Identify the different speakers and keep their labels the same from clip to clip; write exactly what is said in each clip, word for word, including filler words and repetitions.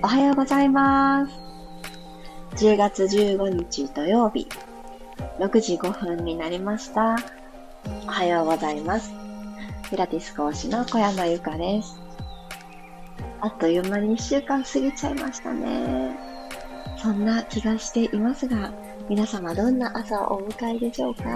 Speaker 1: おはようございます。じゅうがつじゅうごにち土曜日、ろくじごふんになりました。おはようございます。ピラティス講師の小山由かです。あっという間にいっしゅうかん過ぎちゃいましたね。そんな気がしていますが、皆様どんな朝をお迎えでしょうか？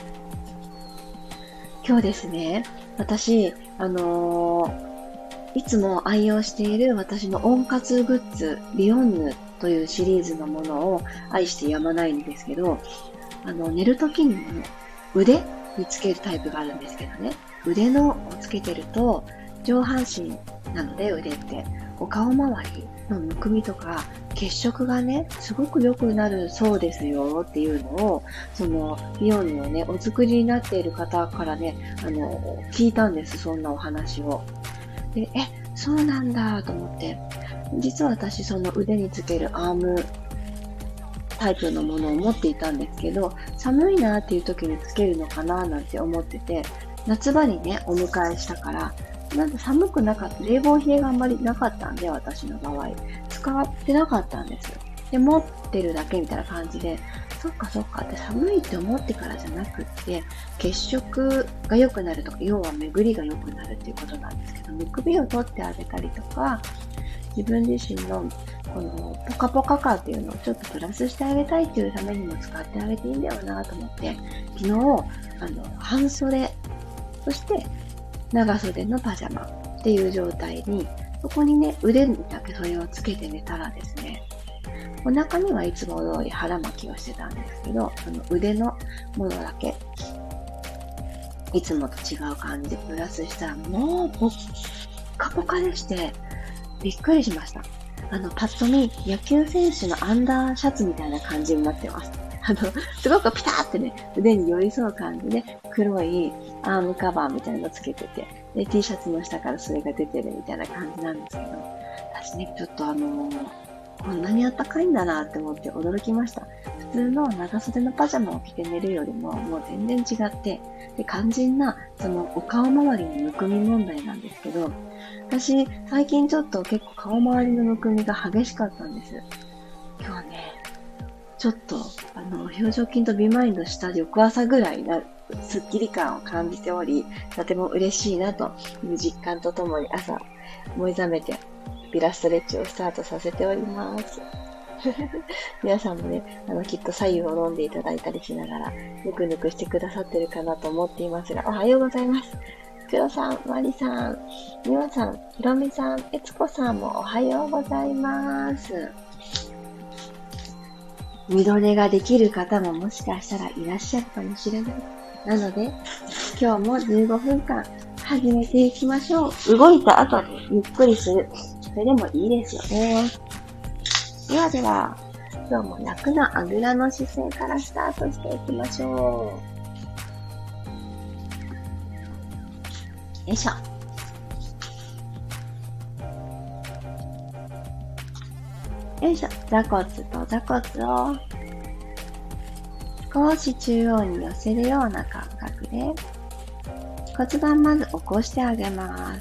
Speaker 1: 今日ですね、私、あのー、いつも愛用している私の温活グッズ、ビヨンヌというシリーズのものを愛してやまないんですけど、あの、寝るときにも腕につけるタイプがあるんですけどね、腕のをつけてると、上半身なので腕って、お顔周りのむくみとか血色がね、すごく良くなるそうですよっていうのを、そのビヨンヌをね、お作りになっている方からね、あの、聞いたんです、そんなお話を。で、え、そうなんだと思って、実は私その腕につけるアームタイプのものを持っていたんですけど、寒いなっていう時につけるのかななんて思ってて、夏場にね、お迎えしたから、なんか寒くなかった、冷房冷えがあんまりなかったんで、私の場合。使ってなかったんですよ。で、持ってるだけみたいな感じで、そっかそっかって寒いって思ってからじゃなくって、血色が良くなるとか、要は巡りが良くなるっていうことなんですけど、むくみを取ってあげたりとか、自分自身のこのポカポカ感っていうのをちょっとプラスしてあげたいっていうためにも使ってあげていいんだよなと思って、昨日、あの、半袖、そして長袖のパジャマっていう状態に、そこにね、腕にだけそれをつけて寝たらですね、お腹にはいつも通り腹巻きをしてたんですけど、その腕のものだけ、いつもと違う感じでプラスしたら、もうポッカポカでして、びっくりしました。あの、パッと見、野球選手のアンダーシャツみたいな感じになってます。あの、すごくピターってね、腕に寄り添う感じで、黒いアームカバーみたいなのつけてて、で、T シャツの下からそれが出てるみたいな感じなんですけど、私ね、ちょっとあのー、こんなに暖かいんだなって思って驚きました。普通の長袖のパジャマを着て寝るよりも、もう全然違って、で、肝心な、そのお顔周りのむくみ問題なんですけど、私、最近ちょっと結構顔周りのむくみが激しかったんです。今日ね、ちょっと、あの、表情筋とビマインドした翌朝ぐらいな、スッキリ感を感じており、とても嬉しいなという実感とともに朝、目覚めて、ピラストレッチをスタートさせております。皆さんもね、あの、きっと左右を飲んでいただいたりしながら、ぬくぬくしてくださってるかなと思っていますが、おはようございます。黒さん、まりさん、みわさん、ひろみさん、えつこさんもおはようございます。二度寝ができる方ももしかしたらいらっしゃるかもしれない。なので、今日もじゅうごふんかん始めていきましょう。動いた後にゆっくりする。それでもいいですよね。ではでは、今日も楽なあぐらの姿勢からスタートしていきましょう。よいしょ。よいしょ。座骨と座骨を少し中央に寄せるような感覚で骨盤まず起こしてあげます。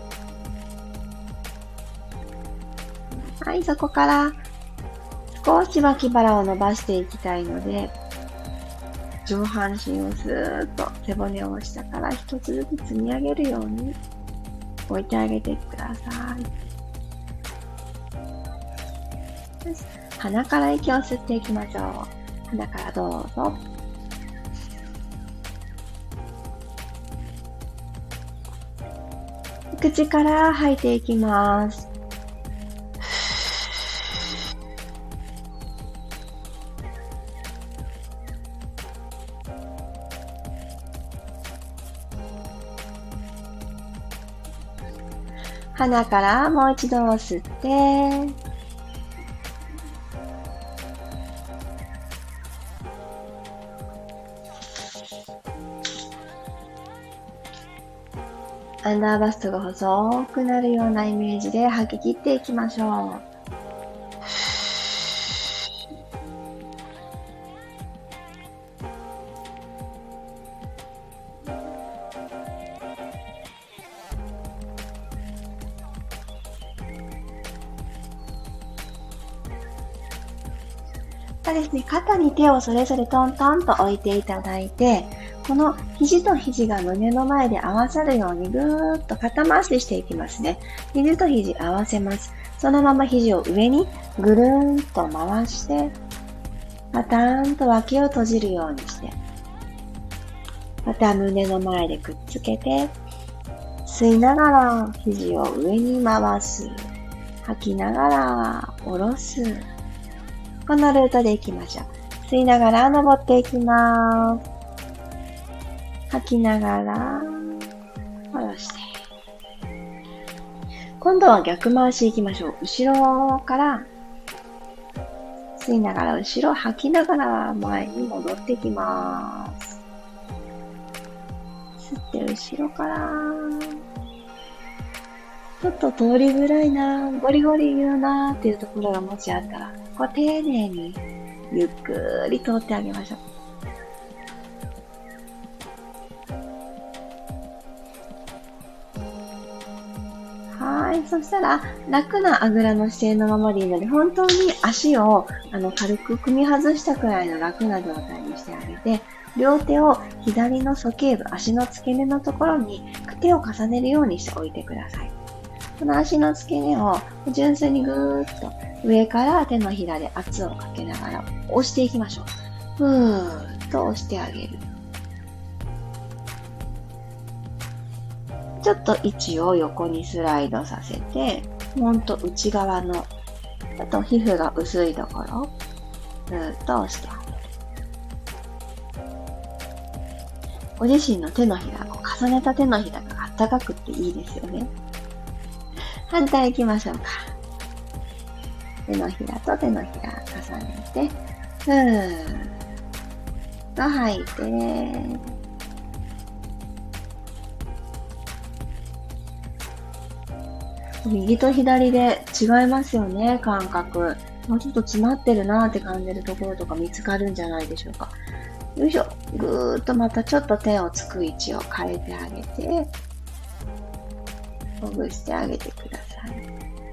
Speaker 1: はい、そこから少し脇腹を伸ばしていきたいので、上半身をスーッと背骨を下から一つずつ積み上げるように置いてあげてください。鼻から息を吸っていきましょう。鼻からどうぞ。口から吐いていきます。鼻からもう一度吸って、アンダーバストが細くなるようなイメージで吐き切っていきましょう。 らですね、肩に手をそれぞれトントンと置いていただいて、この肘と肘が胸の前で合わさるようにぐーっと肩回ししていきますね。肘と肘合わせます。そのまま肘を上にぐるーんと回して、パターンと脇を閉じるようにして、また胸の前でくっつけて、吸いながら肘を上に回す。吐きながら下ろす。このルートでいきましょう。吸いながら登っていきます。吐きながら下ろして。今度は逆回しいきましょう。後ろから吸いながら後ろ、吐きながら前に戻っていきます。吸って後ろから、ちょっと通りづらいな、ゴリゴリ言うなっていうところがもしあったら、こう丁寧にゆっくり通ってあげましょう。はい。そしたら、楽なあぐらの姿勢のままでいいので、本当に足をあの軽く組み外したくらいの楽な状態にしてあげて、両手を左の鼠径部、足の付け根のところに手を重ねるようにしておいてください。この足の付け根を純粋にぐーっと上から手のひらで圧をかけながら押していきましょう。ふーっと押してあげる。ちょっと位置を横にスライドさせて、ほんと内側の、あと皮膚が薄いところ、ずーっと押してあげる。ご自身の手のひら、重ねた手のひらがあったかくっていいですよね。反対行きましょうか。手のひらと手のひら重ねて、ふーっと吐いて、右と左で違いますよね、感覚。もうちょっと詰まってるなーって感じるところとか見つかるんじゃないでしょうか。よいしょ。ぐーっとまたちょっと手をつく位置を変えてあげて、ほぐしてあげてください。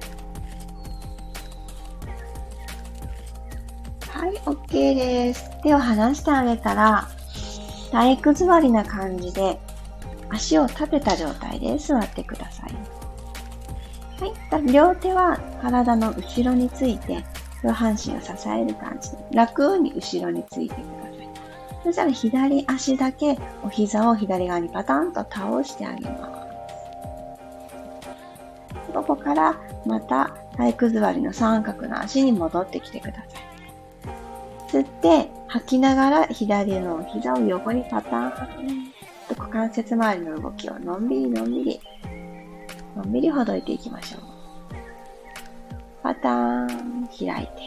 Speaker 1: はい、OK です。手を離してあげたら、体育座りな感じで足を立てた状態で座ってください。はい、両手は体の後ろについて、上半身を支える感じで、楽に後ろについてください。そしたら左足だけお膝を左側にパタンと倒してあげます。ここからまた体育座りの三角の足に戻ってきてください。吸って吐きながら左の膝を横にパターンと股関節周りの動きをのんびりのんびりのんびりほどいていきましょう。パターン開いて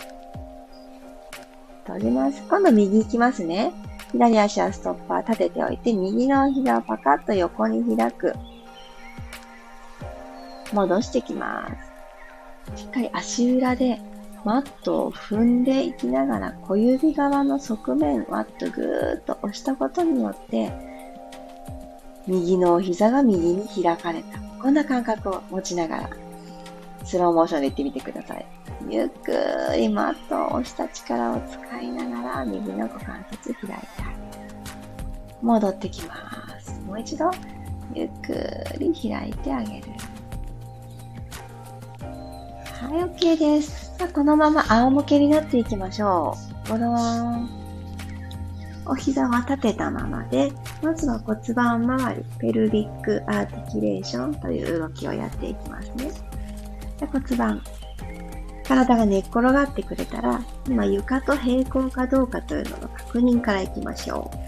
Speaker 1: 閉じます。今度右行きますね。左足はストッパー立てておいて、右の膝をパカッと横に開く。戻してきます。しっかり足裏でマットを踏んでいきながら、小指側の側面、マットぐーっと押したことによって、右のお膝が右に開かれた。こんな感覚を持ちながら、スローモーションでいってみてください。ゆっくりマットを押した力を使いながら、右の股関節開いてあげる。戻ってきます。もう一度、ゆっくり開いてあげる。はい、OK です。さあ、このまま仰向けになっていきましょう。ゴローン。お膝は立てたままで、まずは骨盤周り、ペルビックアーティキュレーションという動きをやっていきますね。で骨盤。体が寝っ転がってくれたら、今床と平行かどうかというのの確認からいきましょう。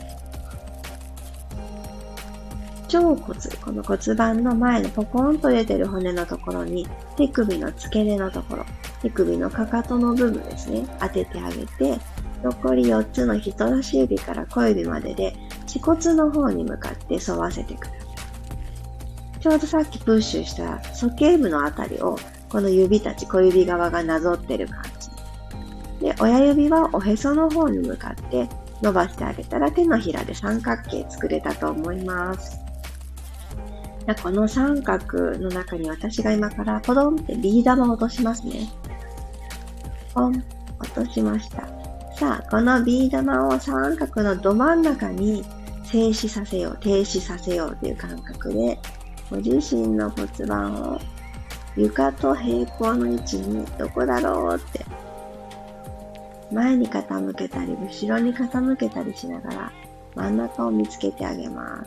Speaker 1: 腸骨、この骨盤の前のポコンと出てる骨のところに、手首の付け根のところ、手首のかかとの部分ですね、当ててあげて、残りよっつの人差し指から小指までで、恥骨の方に向かって沿わせてください。ちょうどさっきプッシュした鼠径部のあたりを、この指たち小指側がなぞってる感じ。で、親指はおへその方に向かって伸ばしてあげたら手のひらで三角形作れたと思います。この三角の中に私が今からポドンってビー玉を落としますね。ポン、落としました。 さあ、このビー玉を三角のど真ん中に静止させよう、停止させようという感覚で、ご自身の骨盤を床と平行の位置にどこだろうって、前に傾けたり、後ろに傾けたりしながら真ん中を見つけてあげます。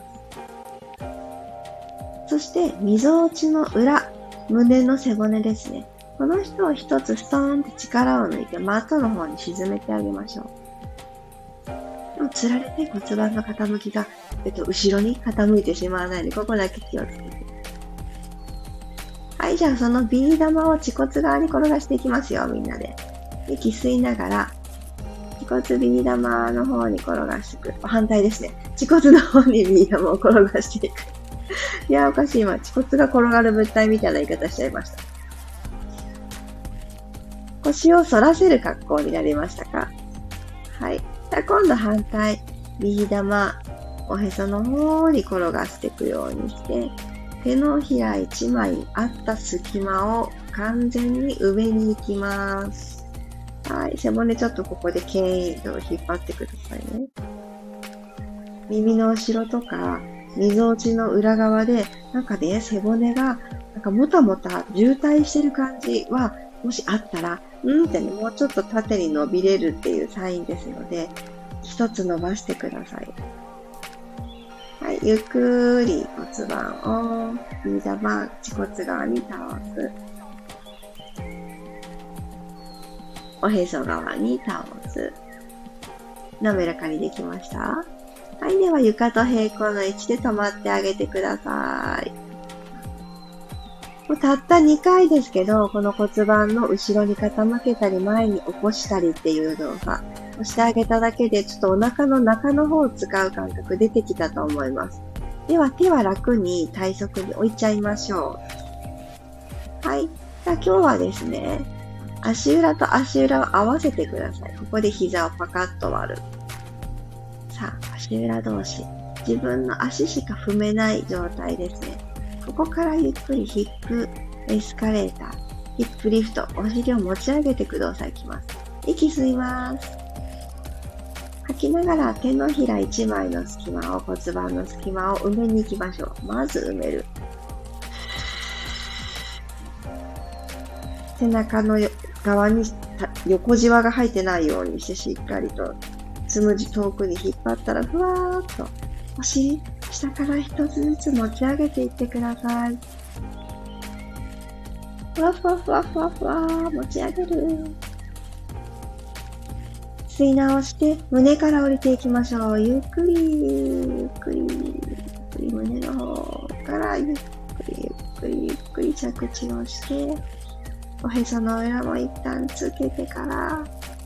Speaker 1: そして、溝落ちの裏、胸の背骨ですね。この人を一つストーンって力を抜いてマットの方に沈めてあげましょう。でも、つられて骨盤の傾きが、えっと、後ろに傾いてしまわないで、ここだけ気をつけて。はい、じゃあそのビー玉を恥骨側に転がしていきますよ、みんなで。息吸いながら、恥骨ビー玉の方に転がしていく。反対ですね。恥骨の方にビー玉を転がしていく。いや、おかしい。今、恥骨が転がる物体みたいな言い方しちゃいました。腰を反らせる格好になりましたか？はい。じゃあ今度反対。ビー玉、おへその方に転がしていくようにして、手のひら一枚あった隙間を完全に上に行きます。はい。背骨ちょっとここで牽引を引っ張ってくださいね。耳の後ろとか、溝落ちの裏側で、なんかね、背骨が、なんかもたもた渋滞してる感じは、もしあったら、うんってね、もうちょっと縦に伸びれるっていうサインですので、一つ伸ばしてください。はい、ゆっくり骨盤をビー玉、恥骨側に倒す。おへそ側に倒す。滑らかにできました？はい、では床と平行の位置で止まってあげてください。もうたったにかいですけど、この骨盤の後ろに傾けたり前に起こしたりっていう動作をしてあげただけで、ちょっとお腹の中の方を使う感覚出てきたと思います。では手は楽に体側に置いちゃいましょう。はい。じゃあ今日はですね、足裏と足裏を合わせてください。ここで膝をパカッと割る。さあ、足裏同士。自分の足しか踏めない状態ですね。ここからゆっくりヒップエスカレーター、ヒップリフト、お尻を持ち上げていく動作いきます。息吸います。吐きながら手のひら一枚の隙間を、骨盤の隙間を埋めに行きましょう。まず埋める。背中の側に横じわが入ってないようにしてしっかりとつむじ遠くに引っ張ったらふわーっとお尻下から一つずつ持ち上げていってください。ふわふわふわふわふわ持ち上げる。吸い直して胸から降りていきましょう。ゆっくりゆっくりゆっくり胸の方からゆっくりゆっくりゆっくり着地をして、おへその裏も一旦つけてから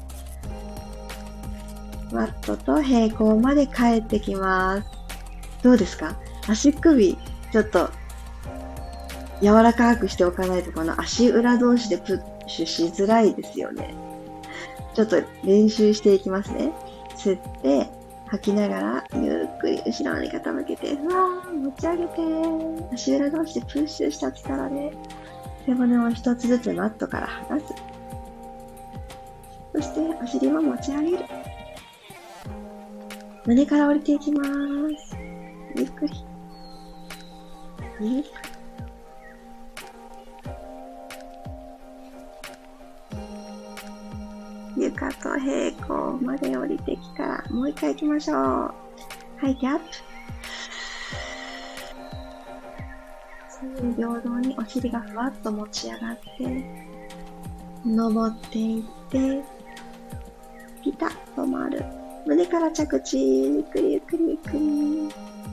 Speaker 1: マットと平行まで帰ってきます。どうですか？足首ちょっと柔らかくしておかないとこの足裏同士でプッシュしづらいですよね。ちょっと練習していきますね。吸って吐きながらゆっくり後ろに傾けて、ふわー持ち上げて足裏同士でプッシュした力で背骨を一つずつマットから離す。そしてお尻も持ち上げる。胸から降りていきます。ゆっくり。ゆっくり。床と平行まで降りてきたら、もう一回行きましょう。吐いてアップ。平等にお尻がふわっと持ち上がって、登っていって、ピタッと止まる。胸から着地、ゆっくりゆっくりゆっくり。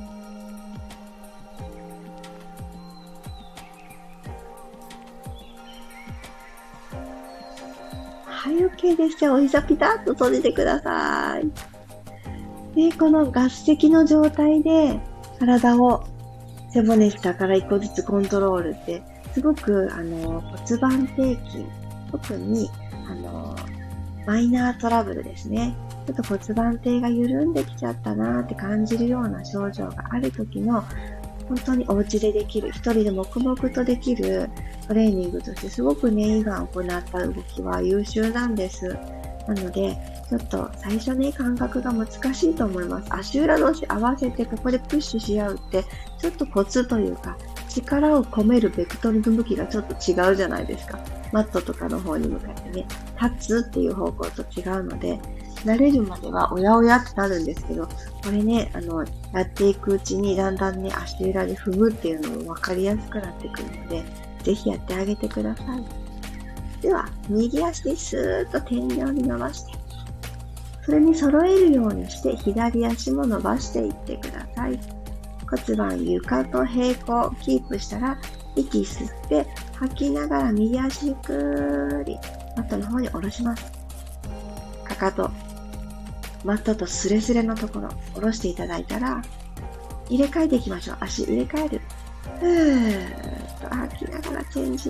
Speaker 1: はい、OK です。じゃあお膝ピタッと閉じてください。で、この合席の状態で体を背骨下から一個ずつコントロールって、すごくあの骨盤底筋、特にあのマイナートラブルですね。ちょっと骨盤底が緩んできちゃったなーって感じるような症状がある時の、本当にお家でできる、一人で黙々とできるトレーニングとしてすごく念願行った動きは優秀なんです。なので、 ちょっと最初ね、感覚が難しいと思います。足裏同士合わせてここでプッシュし合うって、ちょっとコツというか、力を込めるベクトルの向きがちょっと違うじゃないですか。マットとかの方に向かってね、立つっていう方向と違うので、慣れるまではおやおやってなるんですけど、これね、あの、やっていくうちにだんだんね、足裏で踏むっていうのも分かりやすくなってくるので、ぜひやってあげてください。では、右足でスーッと天井に伸ばして、それに揃えるようにして左足も伸ばしていってください。骨盤床と平行キープしたら、息吸って吐きながら右足ゆっくりマットの方に下ろします。かかと、マットとスレスレのところ下ろしていただいたら、入れ替えていきましょう。足入れ替える。ふーっと吐きながらチェンジ。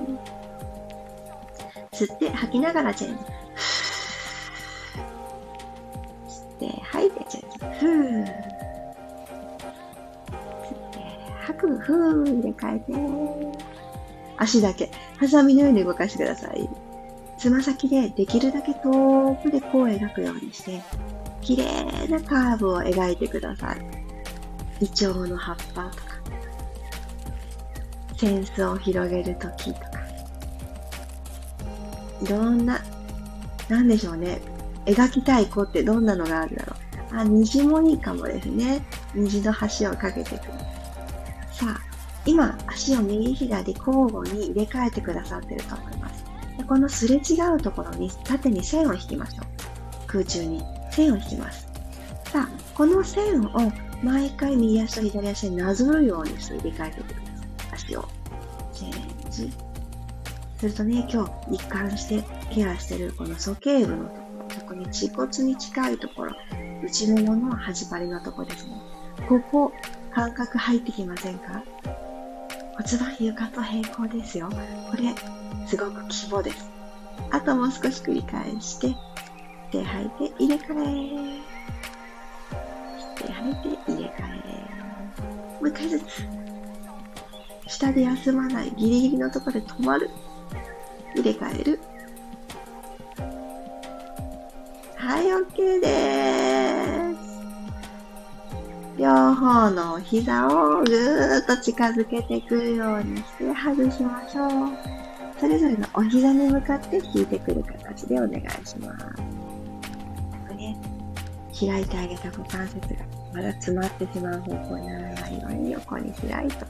Speaker 1: 吸って吐きながらチェンジ。吸って吐いてチェンジ。ふー。吸って吐く。ふー。入れ替えて。足だけ。ハサミのように動かしてください。つま先でできるだけ遠くで弧を描くようにして、綺麗なカーブを描いてください。イチョウの葉っぱとか、センスを広げるときとか、いろんな、なんでしょうね。描きたい弧ってどんなのがあるだろう。あ、虹もいいかもですね。虹の端をかけてくる。さあ、今、足を右左交互に入れ替えてくださっていると思います。でこのすれ違うところに縦に線を引きましょう。空中に線を引きます。さあ、この線を毎回右足と左足になぞるようにして入れ替えてください。足をチェンジ。するとね、今日一貫してケアしているこの鼠径部のところ、そこに恥骨に近いところ、内ももの端張りのところですね。ここ、感覚入ってきませんか？骨盤床と平行ですよ。これ、すごく規模です。あともう少し繰り返して、吸って吐いて入れ替え。吸って吐いて入れ替え。もう一回ずつ。下で休まない。ギリギリのところで止まる。入れ替える。はい、OK です。両方の膝をぐーっと近づけてくるようにして外しましょう。それぞれのお膝に向かって引いてくる形でお願いします。これね、開いてあげた股関節がまだ詰まってしまう方向にならないように横に開いて。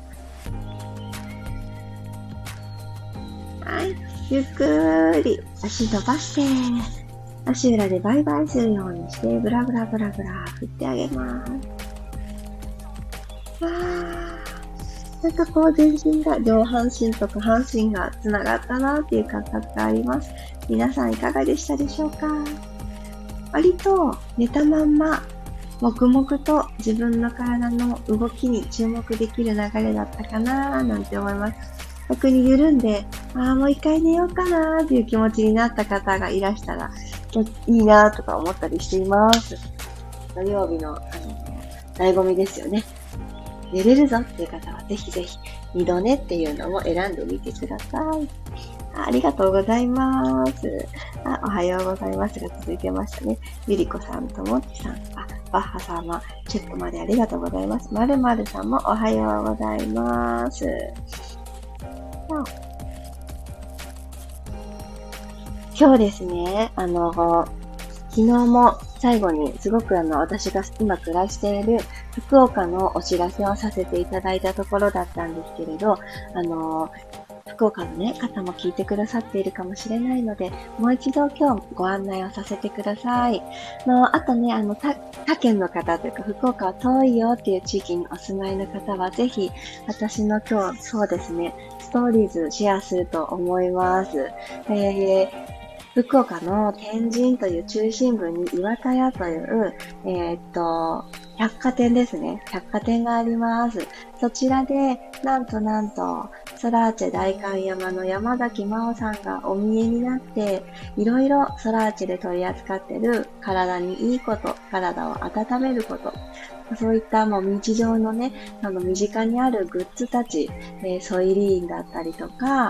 Speaker 1: はい、ゆっくり足伸ばして、足裏でバイバイするようにして、ブラブラブラブラ振ってあげます。わー、なんかこう全身が、上半身と下半身がつながったなっていう感覚があります。皆さんいかがでしたでしょうか？割と寝たまんま、黙々と自分の体の動きに注目できる流れだったかなーなんて思います。逆に緩んで、ああ、もう一回寝ようかなーっていう気持ちになった方がいらしたら、いいなーとか思ったりしています。土曜日の、あの、醍醐味ですよね。寝れるぞっていう方はぜひぜひ二度寝っていうのも選んでみてください。あ、ありがとうございます。あ、おはようございますが続いてましたね。ゆりこさんともっちさん、あ、バッハ様、チェックまでありがとうございます。まるまるさんもおはようございます。今日ですね、あの、昨日も最後にすごくあの私が今暮らしている福岡のお知らせをさせていただいたところだったんですけれど、あの、福岡のね、方も聞いてくださっているかもしれないので、もう一度今日ご案内をさせてください。のあとね、あの他、他県の方というか、福岡は遠いよっていう地域にお住まいの方は、ぜひ私の今日、そうですね、ストーリーズシェアすると思います。えー福岡の天神という中心部に岩田屋という、えー、っと、百貨店ですね。百貨店があります。そちらで、なんとなんと、ソラーチェ代官山の山崎真央さんがお見えになって、いろいろソラーチェで取り扱っている体にいいこと、体を温めること、そういったもう日常のね、あの身近にあるグッズたち、えー、ソイリーンだったりとか、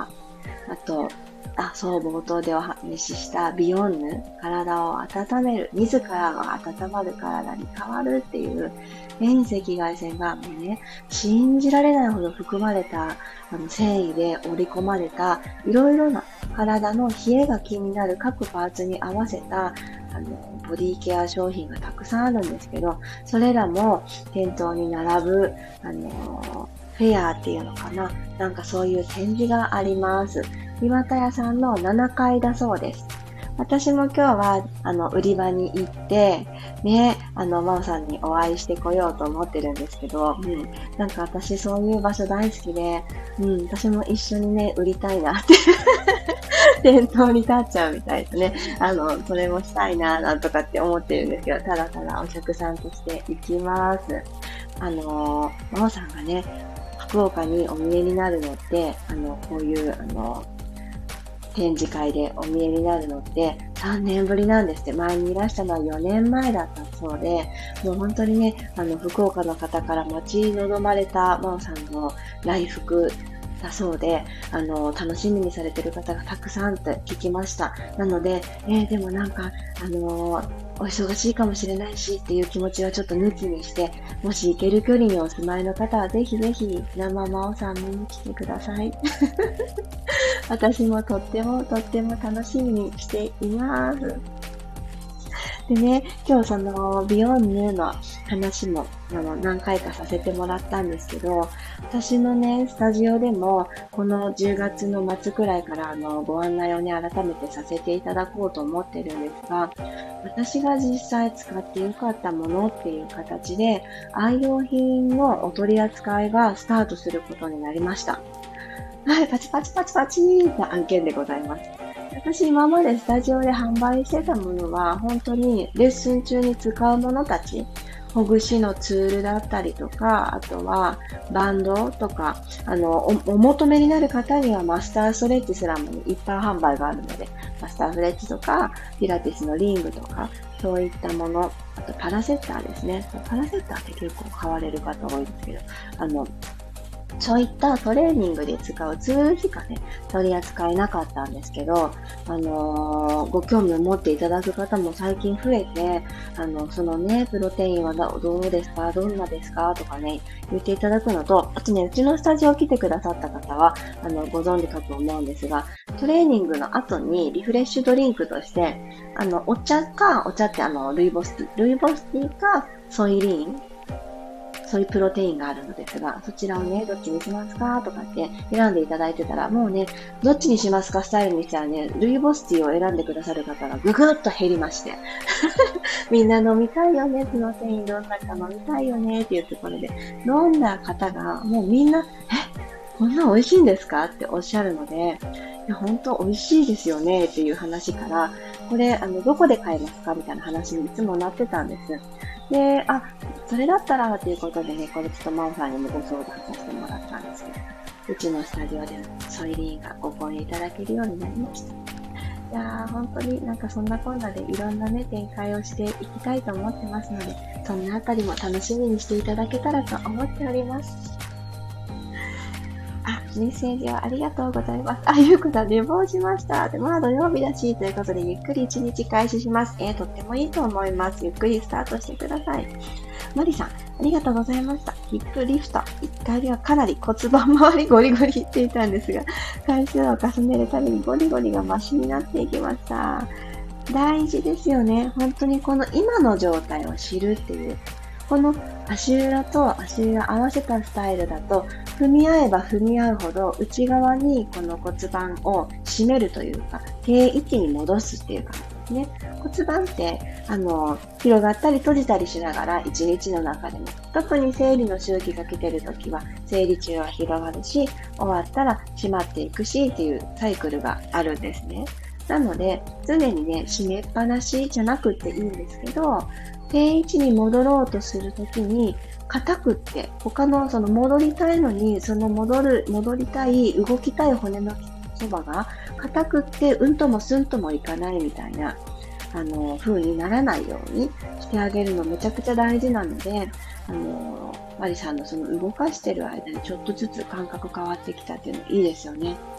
Speaker 1: あと、あ、そう、冒頭でお話ししたビヨンヌ、体を温める、自らが温まる体に変わるっていう遠赤外線がもうね、信じられないほど含まれた、あの、繊維で織り込まれた、いろいろな体の冷えが気になる各パーツに合わせた、あの、ボディケア商品がたくさんあるんですけど、それらも店頭に並ぶ、あの、フェアっていうのかな、なんかそういう展示があります。岩田屋さんのななかいだそうです。私も今日は、あの、売り場に行って、ね、あの、真央さんにお会いしてこようと思ってるんですけど、うん、なんか私そういう場所大好きで、うん、私も一緒にね、売りたいなって店頭に立っちゃうみたいなね、あの、それもしたいな、なんとかって思ってるんですけど、ただただお客さんとして行きます。あの、真央さんがね、福岡にお見えになるのって、あの、こういう、あの、展示会でお見えになるのってさんねんぶりなんですって。前にいらしたのはよねんまえだったそうで、もう本当にね、あの、福岡の方から待ち望まれた真央さんの来福だそうで、あの、楽しみにされてる方がたくさんって聞きました。なので、えー、でもなんか、あのー、お忙しいかもしれないしっていう気持ちはちょっと抜きにして、もし行ける距離にお住まいの方はぜひぜひ生真央さん見に来てください。私もとってもとっても楽しみにしています。でね、今日そのビヨンヌの話もあの何回かさせてもらったんですけど、私のね、スタジオでもこのじゅうがつの末くらいからあのご案内をね、改めてさせていただこうと思ってるんですが、私が実際使ってよかったものっていう形で愛用品のお取り扱いがスタートすることになりました。はい、パチパチパチパチーな案件でございます。私今までスタジオで販売してたものは本当にレッスン中に使うものたち、ほぐしのツールだったりとか、あとはバンドとか、あの、お、お求めになる方にはマスターストレッチすらも一般販売があるので、マスターストレッチとか、ピラティスのリングとか、そういったもの、あとパラセッターですね。パラセッターって結構買われる方多いですけど、あの、そういったトレーニングで使うツールしかね、取り扱えなかったんですけど、あのー、ご興味を持っていただく方も最近増えて、あの、そのね、プロテインはどうですか、どんなですかとかね、言っていただくのと、あとね、うちのスタジオ来てくださった方は、あの、ご存知かと思うんですが、トレーニングの後にリフレッシュドリンクとして、あの、お茶か、お茶ってあの、ルイボスティー、ルイボスティーか、ソイリーン、そういうプロテインがあるのですが、そちらをね、どっちにしますかとかって選んでいただいてたら、もうね、どっちにしますかスタイルにしたらね、ルイボスティーを選んでくださる方がぐぐっと減りまして。みんな飲みたいよね、プロテインどんなか飲みたいよねっていうところで、飲んだ方がもうみんな、え、こんな美味しいんですかっておっしゃるので、いや、本当美味しいですよねっていう話から、これ、あの、どこで買えますかみたいな話にいつもなってたんです。で、あ、それだったらということでね、これちょっと真央さんにもご相談させてもらったんですけど、うちのスタジオでのソイリーンがご購入いただけるようになりました。いやー、本当になんかそんなこんなでいろんなね、展開をしていきたいと思ってますので、そんなあたりも楽しみにしていただけたらと思っております。あ、メッセージをありがとうございます。あ、ゆうこさん寝坊しました。で、まあ土曜日だし、ということでゆっくり一日開始します。えー、とってもいいと思います。ゆっくりスタートしてください。マリさん、ありがとうございました。ヒップリフト。いっかいめはかなり骨盤周りゴリゴリいっていたんですが、回数を重ねるたびにゴリゴリがマシになっていきました。大事ですよね。本当にこの今の状態を知るっていう。この足裏と足裏合わせたスタイルだと、踏み合えば踏み合うほど内側にこの骨盤を締めるというか、定位置に戻すっていう感じですね。骨盤って、あの、広がったり閉じたりしながら一日の中でも、特に生理の周期が来てるときは、生理中は広がるし、終わったら閉まっていくしっていうサイクルがあるんですね。なので、常にね、閉めっぱなしじゃなくていいんですけど、定位置に戻ろうとするときに、硬くって、他のその戻りたいのに、その戻る、戻りたい、動きたい骨のそばが硬くって、うんともすんともいかないみたいな、あの、風にならないようにしてあげるのめちゃくちゃ大事なので、あの、マリさんのその動かしてる間にちょっとずつ感覚変わってきたっていうのいいですよね。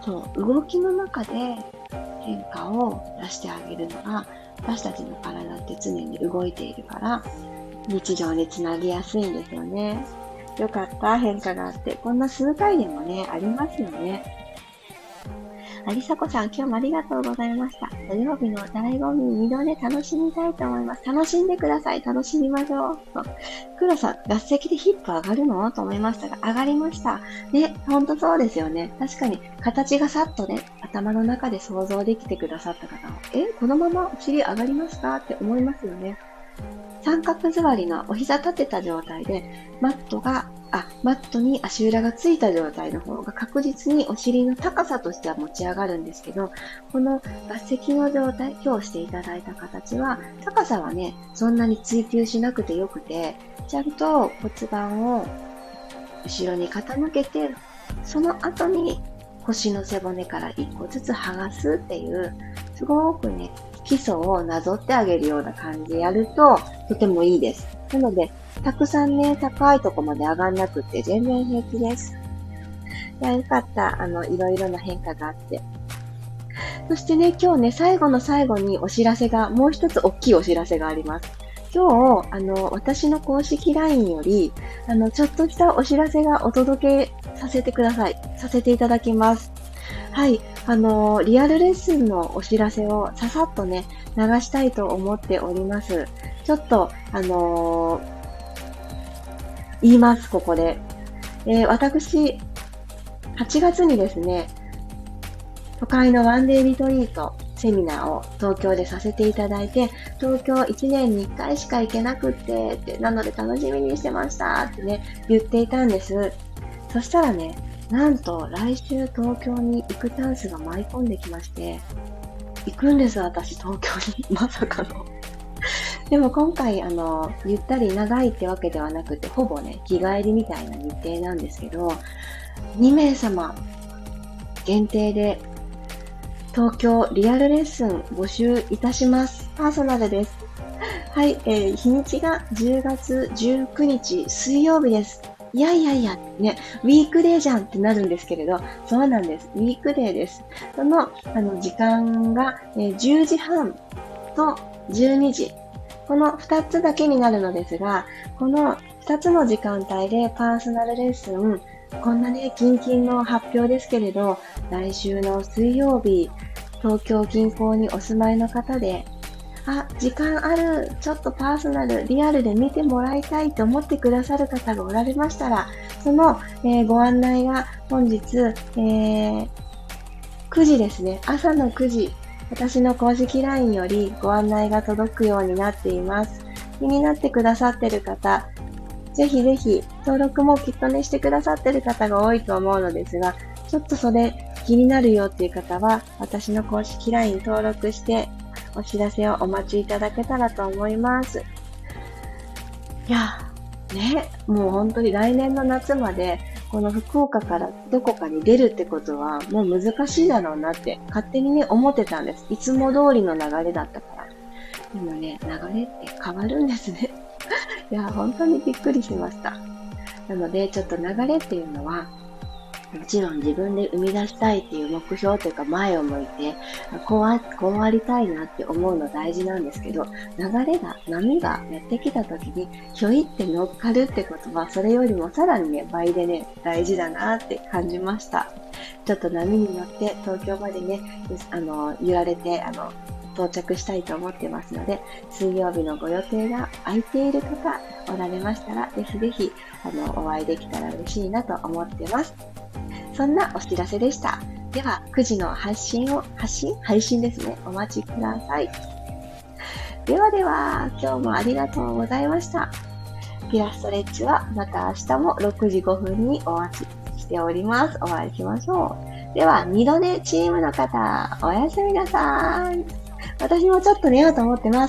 Speaker 1: そう、動きの中で変化を出してあげるのが、私たちの体って常に動いているから、日常につなぎやすいんですよね。よかった、変化があって。こんな数回でもね、ありますよね。ありさこさん、今日もありがとうございました。土曜日の醍醐味、二度で楽しみたいと思います。楽しんでください。楽しみましょう。黒さん、合席でヒップ上がるのと思いましたが、上がりました。ね、ほんとそうですよね。確かに、形がさっとね、頭の中で想像できてくださった方は、え、このままお尻上がりますかって思いますよね。三角座りのお膝立てた状態で、マットが、あ、マットに足裏がついた状態の方が確実にお尻の高さとしては持ち上がるんですけど、この合席の状態、今日していただいた形は、高さはね、そんなに追求しなくてよくて、ちゃんと骨盤を後ろに傾けて、その後に腰の背骨から一個ずつ剥がすっていう、すごくね、基礎をなぞってあげるような感じでやると、とてもいいです。なので、たくさんね、高いとこまで上がんなくて全然平気です。いや、よかった。あの、いろいろな変化があって。そしてね、今日ね、最後の最後にお知らせが、もう一つ大きいお知らせがあります。今日、あの、私の公式 ライン より、あの、ちょっとしたお知らせがお届けさせてください。させていただきます。はい。あの、リアルレッスンのお知らせをささっとね、流したいと思っております。ちょっと、あのー、言います、ここで。えー、私、はちがつにですね、都会のワンデーリトリートセミナーを東京でさせていただいて、東京いちねんにいっかいしか行けなくってって、なので楽しみにしてましたってね、言っていたんです。そしたらね、なんと来週東京に行くチャンスが舞い込んできまして、行くんです、私、東京に。まさかの。でも今回、あの、ゆったり長いってわけではなくて、ほぼね、日帰りみたいな日程なんですけど、にめいさま限定で、東京リアルレッスン募集いたします。パーソナルです。はい、えー、日にちがじゅうがつじゅうくにち水曜日です。いやいやいや、ね、ウィークデーじゃんってなるんですけれど、そうなんです。ウィークデーです。その、あの、時間が、えー、じゅうじはんとじゅうにじ。このふたつだけになるのですが、このふたつの時間帯でパーソナルレッスン、こんなね、近々の発表ですけれど、来週の水曜日、東京近郊にお住まいの方で、あ、時間ある、ちょっとパーソナル、リアルで見てもらいたいと思ってくださる方がおられましたら、その、えー、ご案内が本日、えー、くじですね。朝のくじ、私の公式 ライン よりご案内が届くようになっています。気になってくださってる方、ぜひぜひ、登録もきっとね、してくださってる方が多いと思うのですが、ちょっとそれ気になるよっていう方は、私の公式 ライン 登録して、お知らせをお待ちいただけたらと思います。いや、ね、もう本当に来年の夏まで、この福岡からどこかに出るってことは、もう難しいだろうなって、勝手にね、思ってたんです。いつも通りの流れだったから。でもね、流れって変わるんですね。いや、本当にびっくりしました。なので、ちょっと流れっていうのは、もちろん自分で生み出したいっていう目標というか前を向いて、こうあ、こうありたいなって思うの大事なんですけど、流れが、波がやってきた時に、ひょいって乗っかるってことは、それよりもさらにね、倍でね、大事だなって感じました。ちょっと波に乗って東京までね、あの、揺られて、あの、到着したいと思ってますので、水曜日のご予定が空いている方おられましたら、ぜひぜひ、あの、お会いできたら嬉しいなと思ってます。そんなお知らせでした。では、くじの発信を、発信配信ですね。お待ちください。ではでは、今日もありがとうございました。ピラストレッチはまた明日もろくじごふんにお待ちしております。お会いしましょう。では、二度寝チームの方、おやすみなさい。私もちょっと寝ようと思ってます。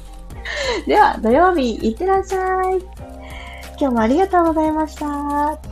Speaker 1: では、土曜日、いってらっしゃい。今日もありがとうございました。